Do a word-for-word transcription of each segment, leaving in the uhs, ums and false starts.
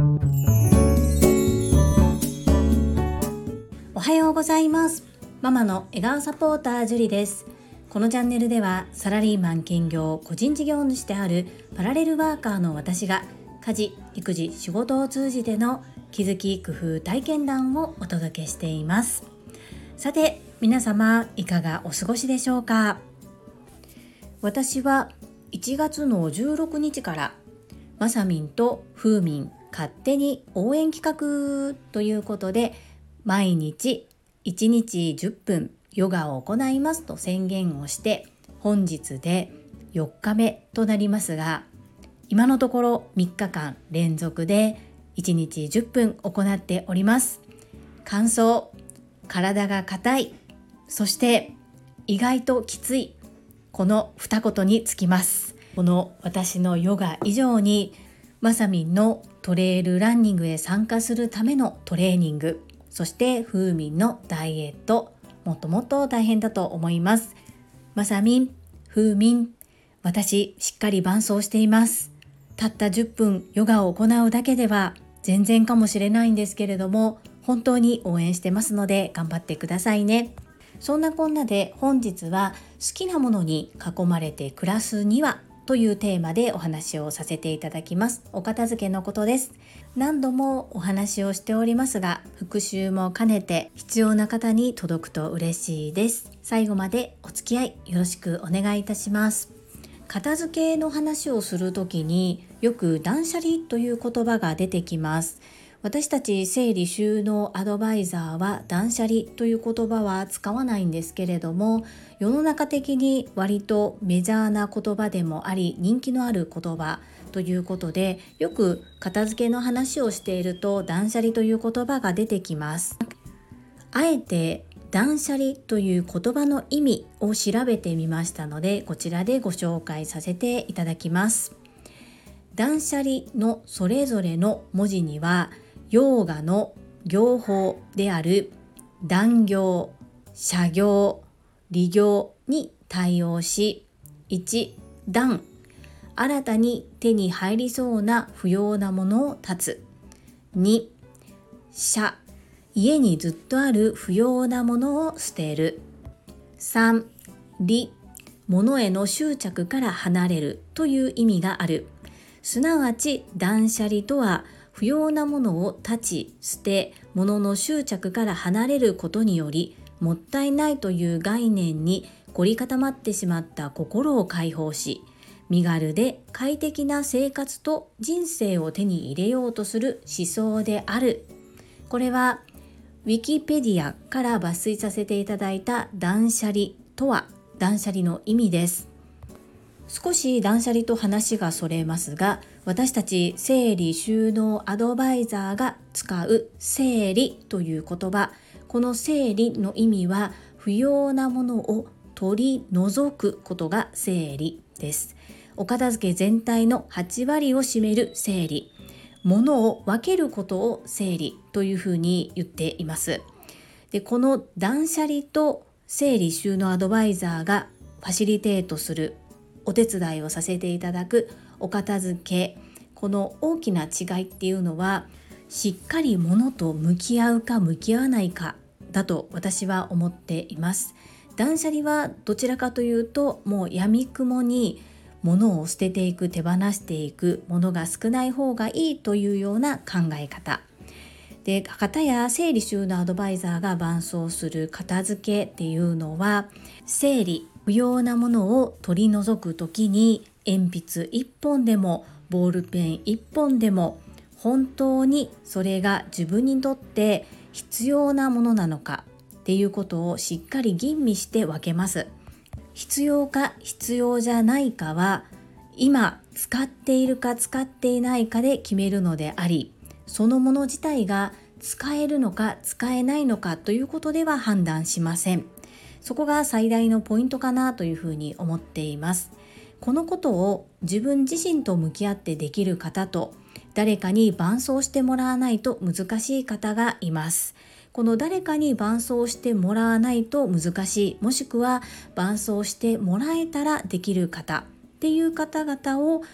おはようございます。ママの笑顔サポータージュリです。このチャンネルではサラリーマン兼業個人事業主であるパラレルワーカーの私が家事、育児、仕事を通じての気づき、工夫、体験談をお届けしています。さて皆様いかがお過ごしでしょうか。私はいちがつのじゅうろくにちからまさみんとふーみん勝手に応援企画ということで毎日いちにちじゅっぷんヨガを行いますと宣言をして本日でよっかめとなりますが、今のところみっかかん連続でいちにちじゅっぷん行っております。乾燥、体が硬い、そして意外ときつい、この二言につきます。この私のヨガ以上にまさみんのトレイルランニングへ参加するためのトレーニング、そしてふーみんのダイエット、もっともっと大変だと思います。まさみん、ふーみん、私しっかり伴走しています。たったじゅっぷんヨガを行うだけでは全然かもしれないんですけれども、本当に応援してますので頑張ってくださいね。そんなこんなで本日は好きなものに囲まれて暮らすにはというテーマでお話をさせていただきます。お片付けのことです。何度もお話をしておりますが、復習も兼ねて必要な方に届くと嬉しいです。最後までお付き合いよろしくお願いいたします。片付けの話をするときによく断捨離という言葉が出てきます。私たち整理収納アドバイザーは断捨離という言葉は使わないんですけれども、世の中的に割とメジャーな言葉でもあり人気のある言葉ということで、よく片付けの話をしていると断捨離という言葉が出てきます。あえて断捨離という言葉の意味を調べてみましたので、こちらでご紹介させていただきます。断捨離のそれぞれの文字にはヨーガの行法である断行、捨行、離行に対応し、いち、断、新たに手に入りそうな不要なものを断つ。に、捨、家にずっとある不要なものを捨てる。さん、離、物への執着から離れるという意味がある。すなわち断捨離とは不要なものを断ち捨て、物の執着から離れることによりもったいないという概念に凝り固まってしまった心を解放し、身軽で快適な生活と人生を手に入れようとする思想である。これはウィキペディアから抜粋させていただいた断捨離とは断捨離の意味です。少し断捨離と話がそれますが、私たち整理収納アドバイザーが使う整理という言葉、この整理の意味は不要なものを取り除くことが整理です。お片付け全体のはちわりを占める整理、物を分けることを整理というふうに言っています。で、この断捨離と整理収納アドバイザーがファシリテートするお手伝いをさせていただくお片付け、この大きな違いっていうのは、しっかり物と向き合うか向き合わないかだと私は思っています。断捨離はどちらかというと、もう闇雲に物を捨てていく、手放していく、物が少ない方がいいというような考え方で、片や整理収納アドバイザーが伴走する片付けっていうのは、整理、不要なものを取り除くときに鉛筆いっぽんでもボールペンいっぽんでも本当にそれが自分にとって必要なものなのかっていうことをしっかり吟味して分けます。必要か必要じゃないかは今使っているか使っていないかで決めるのであり、そのもの自体が使えるのか使えないのかということでは判断しません。そこが最大のポイントかなというふうに思っています。このことを自分自身と向き合ってできる方と、誰かに伴走してもらわないと難しい方がいます。この誰かに伴走してもらわないと難しい、もしくは伴走してもらえたらできる方っていう方々を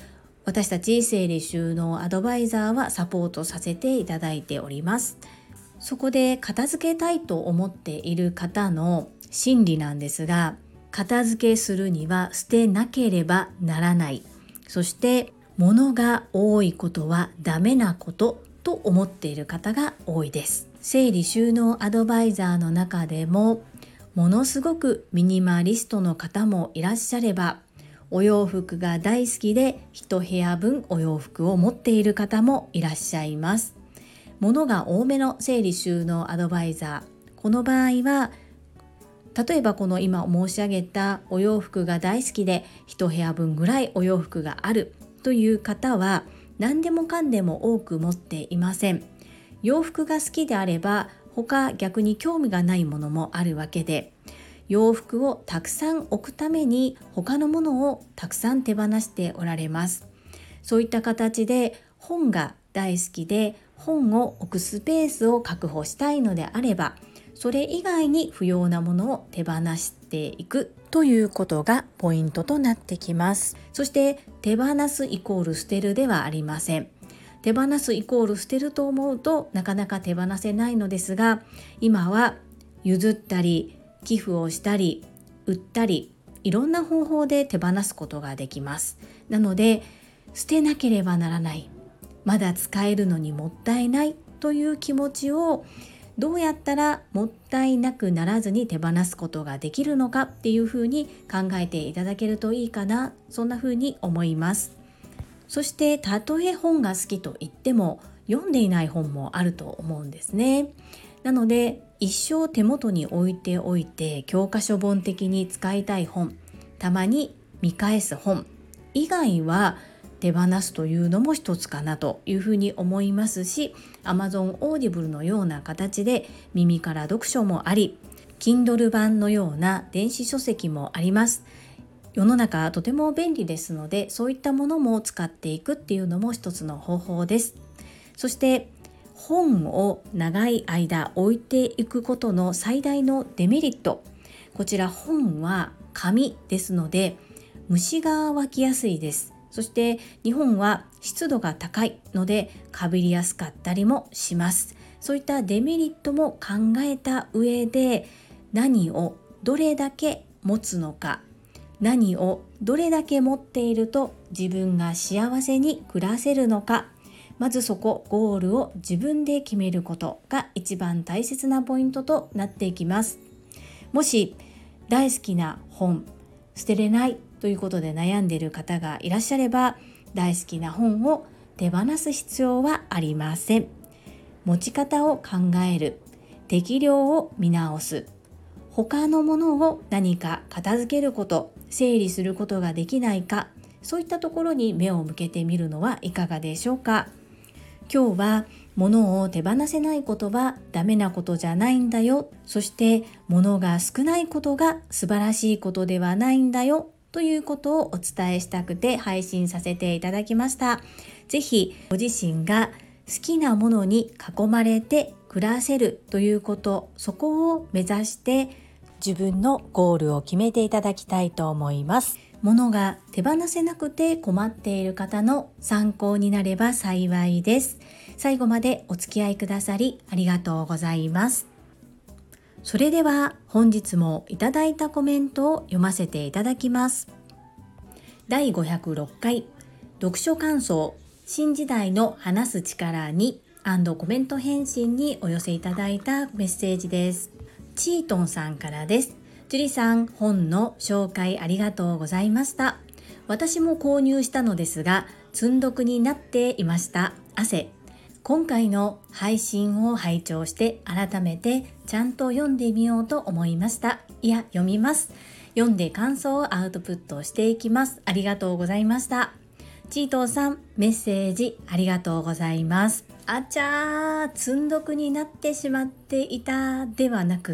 私たち整理収納アドバイザーはサポートさせていただいております。そこで片付けたいと思っている方の心理なんですが、片付けするには捨てなければならない、そして物が多いことはダメなことと思っている方が多いです。整理収納アドバイザーの中でもものすごくミニマリストの方もいらっしゃれば、お洋服が大好きで一部屋分お洋服を持っている方もいらっしゃいます。物が多めの整理収納アドバイザー、この場合は例えばこの今申し上げたお洋服が大好きで一部屋分ぐらいお洋服があるという方は何でもかんでも多く持っていません。洋服が好きであれば他逆に興味がないものもあるわけで、洋服をたくさん置くために他のものをたくさん手放しておられます。そういった形で本が大好きで本を置くスペースを確保したいのであれば、それ以外に不要なものを手放していくということがポイントとなってきます。そして手放すイコール捨てるではありません。手放すイコール捨てると思うとなかなか手放せないのですが、今は譲ったり寄付をしたり売ったりいろんな方法で手放すことができます。なので捨てなければならない、まだ使えるのにもったいないという気持ちをどうやったらもったいなくならずに手放すことができるのかっていうふうに考えていただけるといいかな、そんなふうに思います。そしてたとえ本が好きと言っても読んでいない本もあると思うんですね。なので一生手元に置いておいて教科書本的に使いたい本、たまに見返す本以外は手放すというのも一つかなというふうに思いますし、 Amazon Audible のような形で耳から読書もあり、 Kindle 版のような電子書籍もあります。世の中とても便利ですので、そういったものも使っていくっていうのも一つの方法です。そして本を長い間置いていくことの最大のデメリット、こちら本は紙ですので虫が湧きやすいです。そして日本は湿度が高いのでかびりやすかったりもします。そういったデメリットも考えた上で、何をどれだけ持つのか、何をどれだけ持っていると自分が幸せに暮らせるのか、まずそこゴールを自分で決めることが一番大切なポイントとなっていきます。もし大好きな本捨てれないということで悩んでいる方がいらっしゃれば、大好きな本を手放す必要はありません。持ち方を考える、適量を見直す、他のものを何か片付けること、整理することができないか、そういったところに目を向けてみるのはいかがでしょうか。今日は物を手放せないことはダメなことじゃないんだよ、そして物が少ないことが素晴らしいことではないんだよということをお伝えしたくて配信させていただきました。ぜひご自身が好きなものに囲まれて暮らせるということ、そこを目指して自分のゴールを決めていただきたいと思います。物が手放せなくて困っている方の参考になれば幸いです。最後までお付き合いくださりありがとうございます。それでは本日もいただいたコメントを読ませていただきます。だいごひゃくろっかい読書感想、新時代の話す力に&コメント返信にお寄せいただいたメッセージです。チートンさんからです。ジュリさん、本の紹介ありがとうございました。私も購入したのですが積んどくになっていました。汗。今回の配信を拝聴して改めてちゃんと読んでみようと思いました。いや、読みます。読んで感想をアウトプットしていきます。ありがとうございました。チートーさん、メッセージありがとうございます。あちゃー、積んどくになってしまっていたではなくって、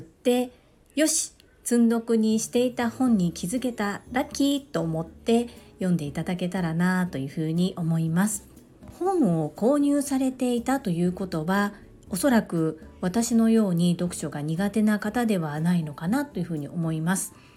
よし、積んどくにしていた本に気づけた、ラッキーと思って読んでいただけたらなというふうに思います。本を購入されていたということは、おそらく私のように読書が苦手な方ではないのかなというふうに思います。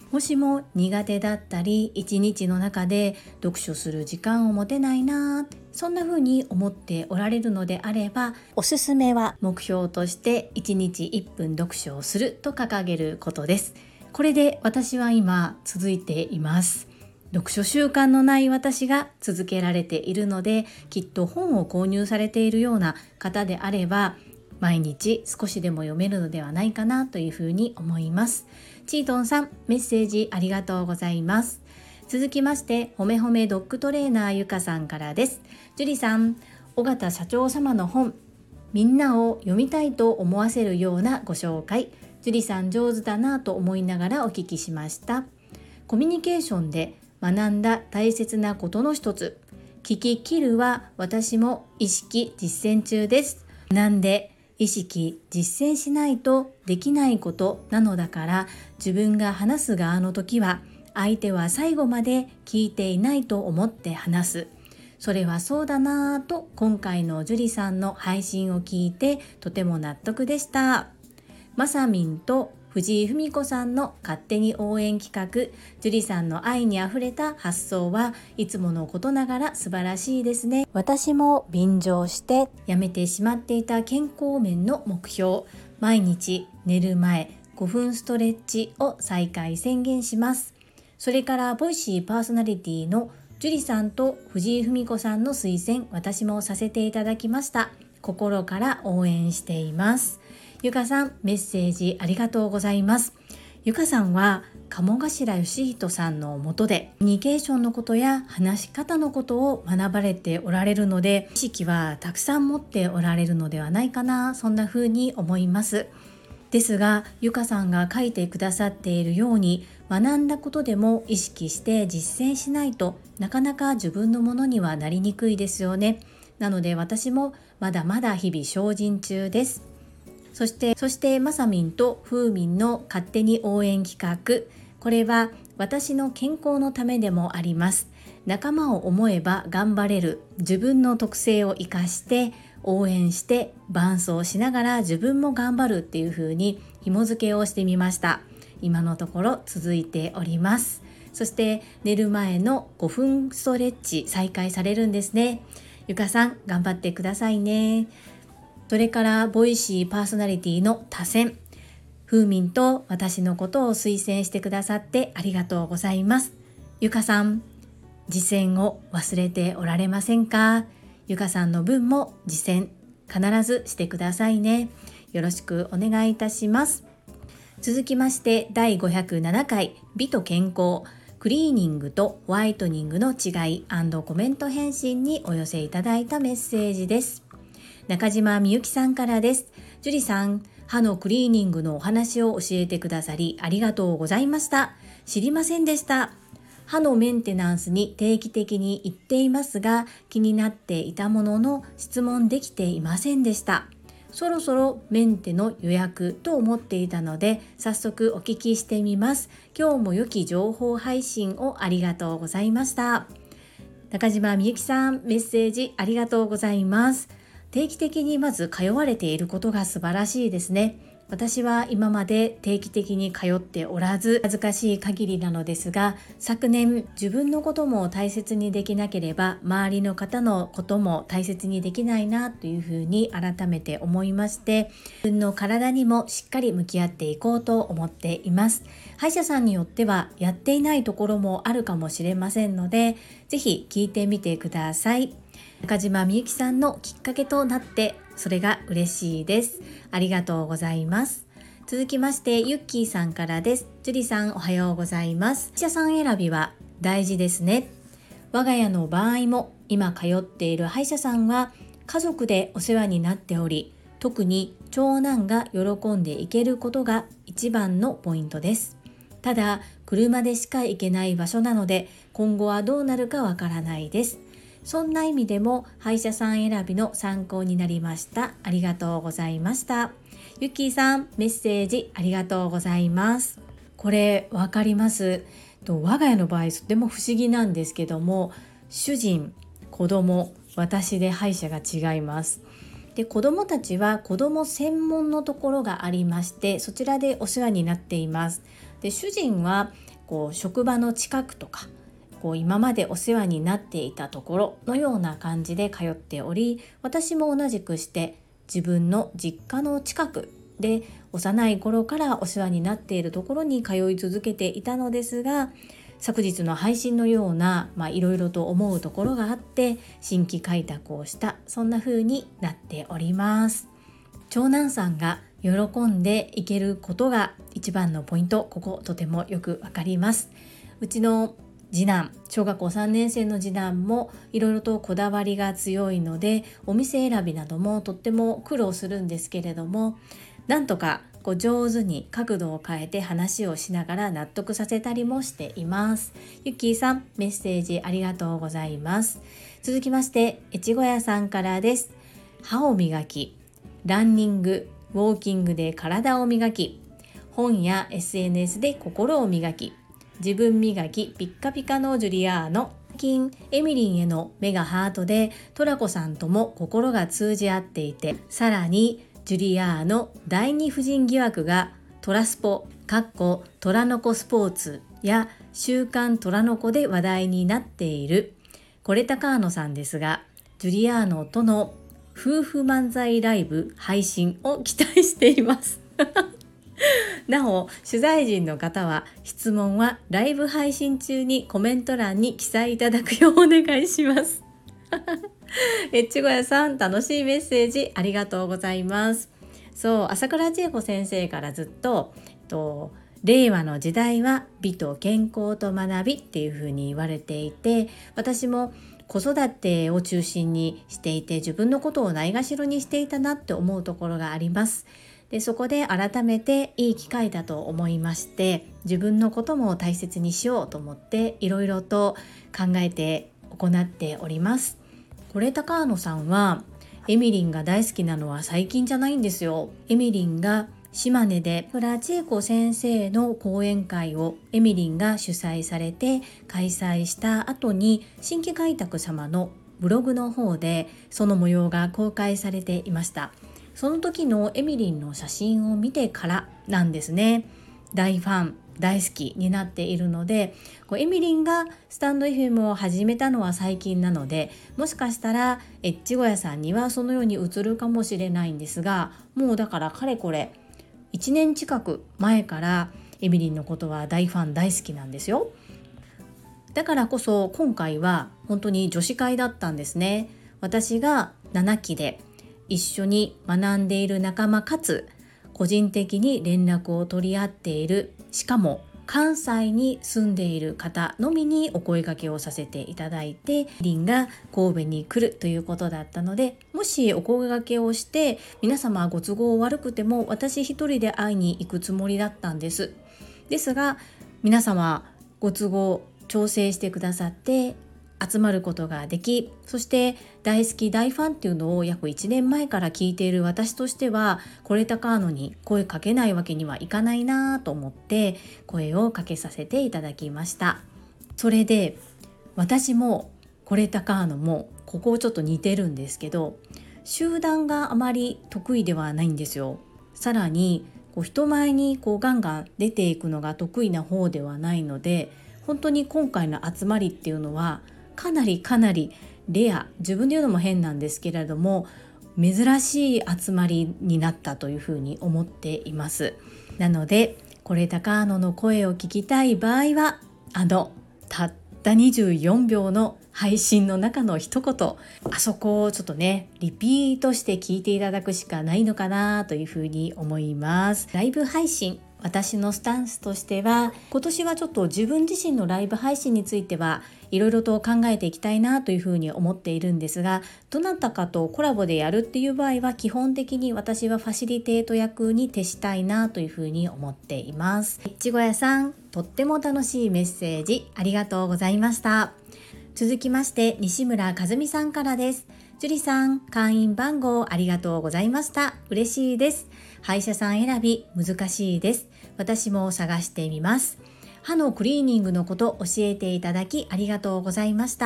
もしも苦手だったり一日の中で読書する時間を持てないな、そんな風に思っておられるのであれば、おすすめは目標としていちにちいっぷん読書をすると掲げることです。これで私は今続いています。読書習慣のない私が続けられているので、きっと本を購入されているような方であれば毎日少しでも読めるのではないかなというふうに思います。チートンさん、メッセージありがとうございます。続きまして、ほめほめドッグトレーナーゆかさんからです。ジュリさん、尾形社長様の本、みんなを読みたいと思わせるようなご紹介、ジュリさん上手だなと思いながらお聞きしました。コミュニケーションで学んだ大切なことの一つ、聞き切るは私も意識実践中です。学んで意識実践しないとできないことなのだから、自分が話す側の時は相手は最後まで聞いていないと思って話す。それはそうだなぁと今回のジュリさんの配信を聞いてとても納得でした。まさみんと藤井文子さんの勝手に応援企画、ジュリさんの愛にあふれた発想はいつものことながら素晴らしいですね。私も便乗してやめてしまっていた健康面の目標、毎日寝る前ごふんストレッチを再開宣言します。それからボイシーパーソナリティのジュリさんと藤井文子さんの推薦、私もさせていただきました。心から応援しています。ゆかさん、メッセージありがとうございます。ゆかさんは鴨頭義人さんの下でコミュニケーションのことや話し方のことを学ばれておられるので、知識はたくさん持っておられるのではないかな、そんな風に思います。ですが、ゆかさんが書いてくださっているように、学んだことでも意識して実践しないとなかなか自分のものにはなりにくいですよね。なので私もまだまだ日々精進中です。そしてそしてまさみんとふうみんの勝手に応援企画、これは私の健康のためでもあります。仲間を思えば頑張れる、自分の特性を生かして応援して伴走しながら自分も頑張るっていう風に紐付けをしてみました。今のところ続いております。そして寝る前のごふんストレッチ再開されるんですね。ゆかさん頑張ってくださいね。それからボイシーパーソナリティの多選、ふうみんと私のことを推薦してくださってありがとうございます。ゆかさん、実践を忘れておられませんか？ゆかさんの分も実践必ずしてくださいね。よろしくお願いいたします。続きましてだいごひゃくななかい美と健康、クリーニングとホワイトニングの違い&コメント返信にお寄せいただいたメッセージです。中島みゆきさんからです。ジュリさん、歯のクリーニングのお話を教えてくださりありがとうございました。知りませんでした。歯のメンテナンスに定期的に行っていますが、気になっていたものの質問できていませんでした。そろそろメンテの予約と思っていたので早速お聞きしてみます。今日も良き情報配信をありがとうございました。中島みゆきさん、メッセージありがとうございます。定期的にまず通われていることが素晴らしいですね。私は今まで定期的に通っておらず恥ずかしい限りなのですが、昨年自分のことも大切にできなければ周りの方のことも大切にできないなというふうに改めて思いまして、自分の体にもしっかり向き合っていこうと思っています。歯医者さんによってはやっていないところもあるかもしれませんので、ぜひ聞いてみてください。中島みゆきさんのきっかけとなってそれが嬉しいです。ありがとうございます。続きましてゆっきーさんからです。ジュリさんおはようございます。歯医者さん選びは大事ですね。我が家の場合も今通っている歯医者さんは家族でお世話になっており、特に長男が喜んで行けることが一番のポイントです。ただ車でしか行けない場所なので今後はどうなるかわからないです。そんな意味でも歯医者さん選びの参考になりました。ありがとうございました。ゆっきーさん、メッセージありがとうございます。これわかります。と我が家の場合とても不思議なんですけども、主人、子供、私で歯医者が違います。で、子供たちは子供専門のところがありまして、そちらでお世話になっています。で、主人はこう職場の近くとかこう今までお世話になっていたところのような感じで通っており、私も同じくして自分の実家の近くで幼い頃からお世話になっているところに通い続けていたのですが、昨日の配信のような、まあ、いろいろと思うところがあって新規開拓をした、そんな風になっております。長男さんが喜んでいけることが一番のポイント、こことてもよくわかります。うちの次男、小学校さんねん生の次男もいろいろとこだわりが強いので、お店選びなどもとっても苦労するんですけれども、なんとかこう上手に角度を変えて話をしながら納得させたりもしています。ゆっきーさん、メッセージありがとうございます。続きまして越後屋さんからです。歯を磨き、ランニング、ウォーキングで体を磨き、本や エスエヌエス で心を磨き、自分磨きピッカピカのジュリアーノ、近エミリンへの目がハートでトラコさんとも心が通じ合っていて、さらにジュリアーノ第二夫人疑惑がトラスポトラノコスポーツや週刊トラノコで話題になっているコレタカーノさんですが、ジュリアーノとの夫婦漫才ライブ配信を期待していますなお取材陣の方は質問はライブ配信中にコメント欄に記載いただくようお願いします越後屋さん、楽しいメッセージありがとうございます。そう、朝倉千恵子先生からずっとと令和の時代は美と健康と学びっていうふうに言われていて、私も子育てを中心にしていて自分のことをないがしろにしていたなって思うところがあります。でそこで改めていい機会だと思いまして、自分のことも大切にしようと思っていろいろと考えて行っております。これ高野さんはエミリンが大好きなのは最近じゃないんですよ。エミリンが島根で倉千恵子先生の講演会をエミリンが主催されて開催した後に、新規開拓様のブログの方でその模様が公開されていました。その時のエミリンの写真を見てからなんですね。大ファン大好きになっているので、こうエミリンがスタンド エフエム を始めたのは最近なので、もしかしたら越後屋さんにはそのように映るかもしれないんですが、もうだからかれこれいちねん近く前からエミリンのことは大ファン大好きなんですよ。だからこそ今回は本当に女子会だったんですね。私がななきで一緒に学んでいる仲間かつ個人的に連絡を取り合っている、しかも関西に住んでいる方のみにお声掛けをさせていただいて、リンが神戸に来るということだったので、もしお声掛けをして皆様ご都合悪くても私一人で会いに行くつもりだったんです。ですが皆様ご都合調整してくださって集まることができ、そして大好き大ファンっていうのを約いちねんまえから聞いている私としては、これ高野に声かけないわけにはいかないなと思って声をかけさせていただきました。それで私もこれ高野もここちょっと似てるんですけど、集団があまり得意ではないんですよ。さらにこう人前にこうガンガン出ていくのが得意な方ではないので、本当に今回の集まりっていうのはかなりかなりレア、自分で言うのも変なんですけれども珍しい集まりになったというふうに思っています。なのでこれ高野の声を聞きたい場合は、あのたったにじゅうよんびょうの配信の中の一言、あそこをちょっとねリピートして聞いていただくしかないのかなというふうに思います。ライブ配信、私のスタンスとしては今年はちょっと自分自身のライブ配信についてはいろいろと考えていきたいなというふうに思っているんですが、どなたかとコラボでやるっていう場合は基本的に私はファシリテート役に徹したいなというふうに思っています。越後屋さん、とっても楽しいメッセージありがとうございました。続きまして西村和美さんからです。ジュリさん、会員番号ありがとうございました。嬉しいです。歯医者さん選び難しいです。私も探してみます。歯のクリーニングのこと教えていただきありがとうございました。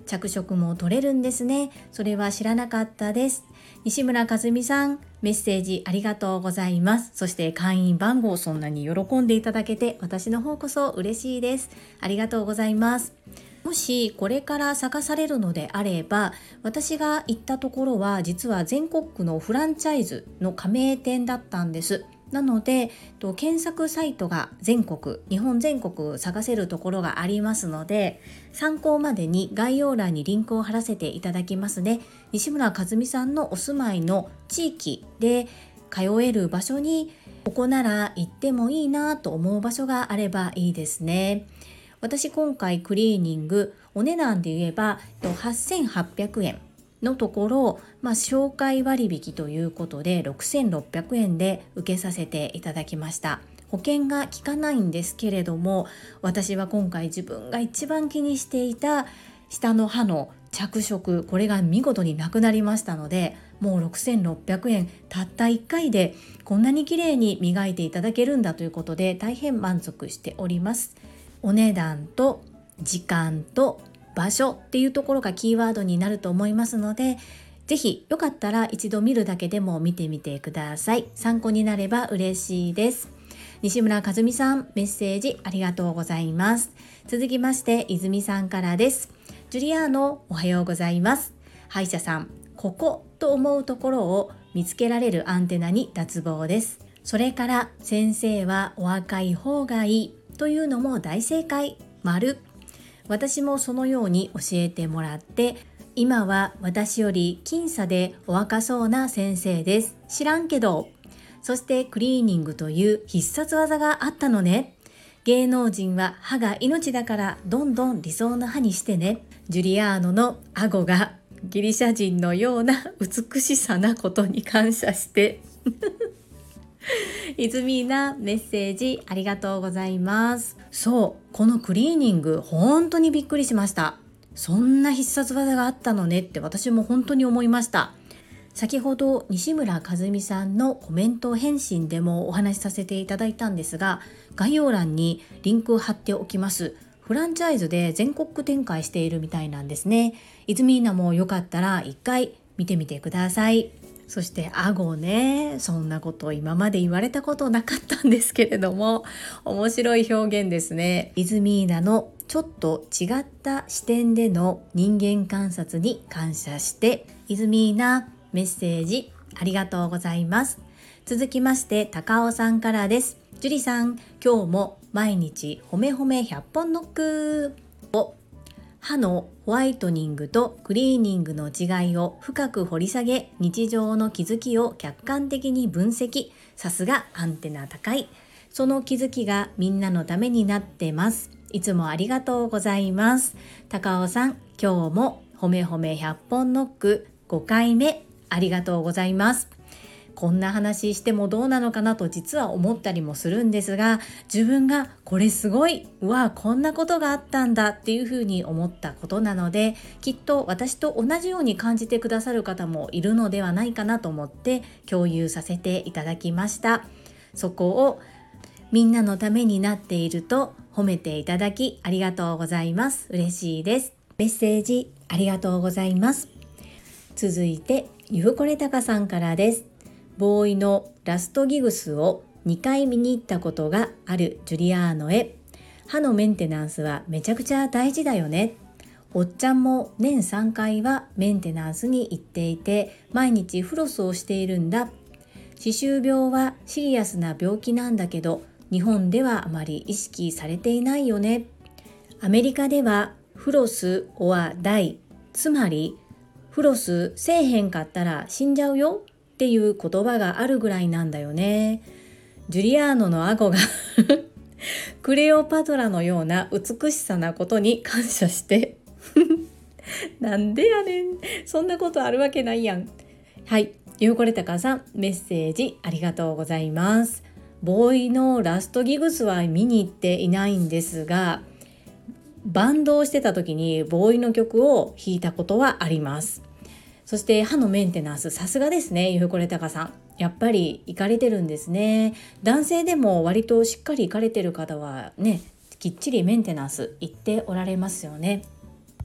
着色も取れるんですね。それは知らなかったです。西村和美さん、メッセージありがとうございます。そして会員番号そんなに喜んでいただけて、私の方こそ嬉しいです。ありがとうございます。もしこれから探されるのであれば、私が行ったところは実は全国区のフランチャイズの加盟店だったんです。なので検索サイトが全国、日本全国探せるところがありますので、参考までに概要欄にリンクを貼らせていただきますね。西村和美さんのお住まいの地域で通える場所に、ここなら行ってもいいなと思う場所があればいいですね。私今回クリーニング、お値段で言えばはっせんはっぴゃくえんのところ、まあ、紹介割引ということでろくせんろっぴゃくえんで受けさせていただきました。保険が効かないんですけれども、私は今回自分が一番気にしていた下の歯の着色、これが見事になくなりましたので、もうろくせんろっぴゃくえんたったいっかいでこんなに綺麗に磨いていただけるんだということで、大変満足しております。お値段と時間と場所っていうところがキーワードになると思いますので、ぜひよかったら一度見るだけでも見てみてください。参考になれば嬉しいです。西村和美さん、メッセージありがとうございます。続きまして泉さんからです。ジュリアーノ、おはようございます。歯医者さん、ここと思うところを見つけられるアンテナに脱帽です。それから先生はお若い方がいいというのも大正解、丸。私もそのように教えてもらって、今は私より僅差でお若そうな先生です。知らんけど。そしてクリーニングという必殺技があったのね。芸能人は歯が命だからどんどん理想の歯にしてね。ジュリアーノの顎がギリシャ人のような美しさなことに感謝していずみーな、メッセージありがとうございます。そう、このクリーニング本当にびっくりしました。そんな必殺技があったのねって私も本当に思いました。先ほど西村和美さんのコメント返信でもお話しさせていただいたんですが、概要欄にリンクを貼っておきます。フランチャイズで全国区展開しているみたいなんですね。イズミーナもよかったら一回見てみてください。そして顎ね、そんなこと今まで言われたことなかったんですけれども、面白い表現ですね。イズミーナのちょっと違った視点での人間観察に感謝して、イズミーナ、メッセージありがとうございます。続きまして高尾さんからです。ジュリさん、今日も毎日ほめほめひゃっぽんノックを歯のホワイトニングとクリーニングの違いを深く掘り下げ、日常の気づきを客観的に分析。さすがアンテナ高い。その気づきがみんなのためになってます。いつもありがとうございます。高尾さん、今日もほめほめひゃっぽんノックごかいめありがとうございます。こんな話してもどうなのかなと実は思ったりもするんですが、自分がこれすごい、うわこんなことがあったんだっていうふうに思ったことなので、きっと私と同じように感じてくださる方もいるのではないかなと思って共有させていただきました。そこをみんなのためになっていると褒めていただきありがとうございます。嬉しいです。メッセージありがとうございます。続いてゆふこれたかさんからです。ボーイのラストギグスをにかい見に行ったことがあるジュリアーノへ。歯のメンテナンスはめちゃくちゃ大事だよね。おっちゃんも年さんかいはメンテナンスに行っていて、毎日フロスをしているんだ。歯周病はシリアスな病気なんだけど、日本ではあまり意識されていないよね。アメリカではフロスは大、つまりフロスせえへんかったら死んじゃうよっていう言葉があるぐらいなんだよね。ジュリアーノの顎がクレオパトラのような美しさなことに感謝してなんでやねん、そんなことあるわけないやん。はい、ゆうこれたかさん、メッセージありがとうございます。ボーイのラストギグスは見に行っていないんですが、バンドをしてた時にボーイの曲を弾いたことはあります。そして歯のメンテナンス、さすがですね、ゆふこれたかさん。やっぱり行かれてるんですね。男性でも割としっかり行かれてる方はね、きっちりメンテナンス行っておられますよね。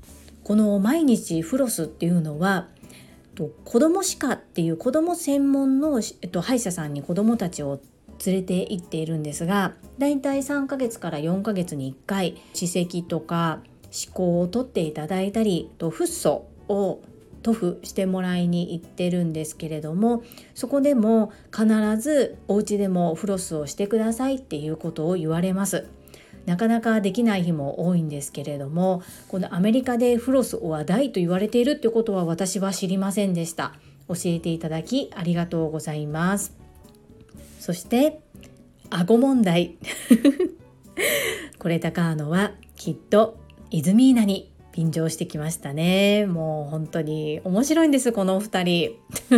この毎日フロスっていうのは子ども歯科っていう子ども専門の、えっと、歯医者さんに子どもたちを連れて行っているんですが、だいたいさんかげつからよんかげつにいっかい歯石とか歯垢を取っていただいたりとフッ素を塗布してもらいに行ってるんですけれども、そこでも必ずお家でもフロスをしてくださいっていうことを言われます。なかなかできない日も多いんですけれども、このアメリカでフロスは大と言われているってことは私は知りませんでした。教えていただきありがとうございます。そして顎問題これ高野はきっとイズミーナに便乗してきましたね。もう本当に面白いんです、このお二人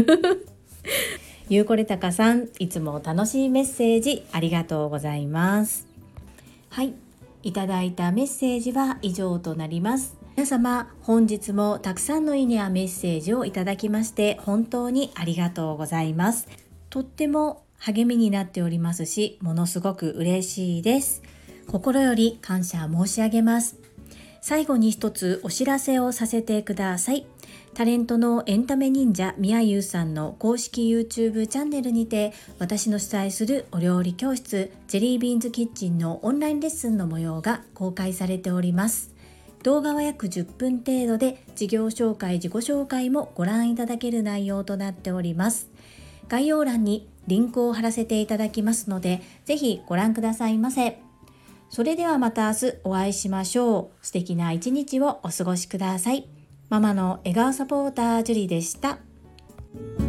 ゆうこれたかさん、いつも楽しいメッセージありがとうございます。はい、いただいたメッセージは以上となります。皆様本日もたくさんのいいねやメッセージをいただきまして本当にありがとうございます。とっても励みになっておりますし、ものすごく嬉しいです。心より感謝申し上げます。最後に一つお知らせをさせてください。タレントのエンタメ忍者みやゆうさんの公式 YouTube チャンネルにて、私の主催するお料理教室ジェリービーンズキッチンのオンラインレッスンの模様が公開されております。動画は約じゅっぷん程度で、事業紹介自己紹介もご覧いただける内容となっております。概要欄にリンクを貼らせていただきますので、ぜひご覧くださいませ。それではまた明日お会いしましょう。素敵な一日をお過ごしください。ママの笑顔サポータージュリでした。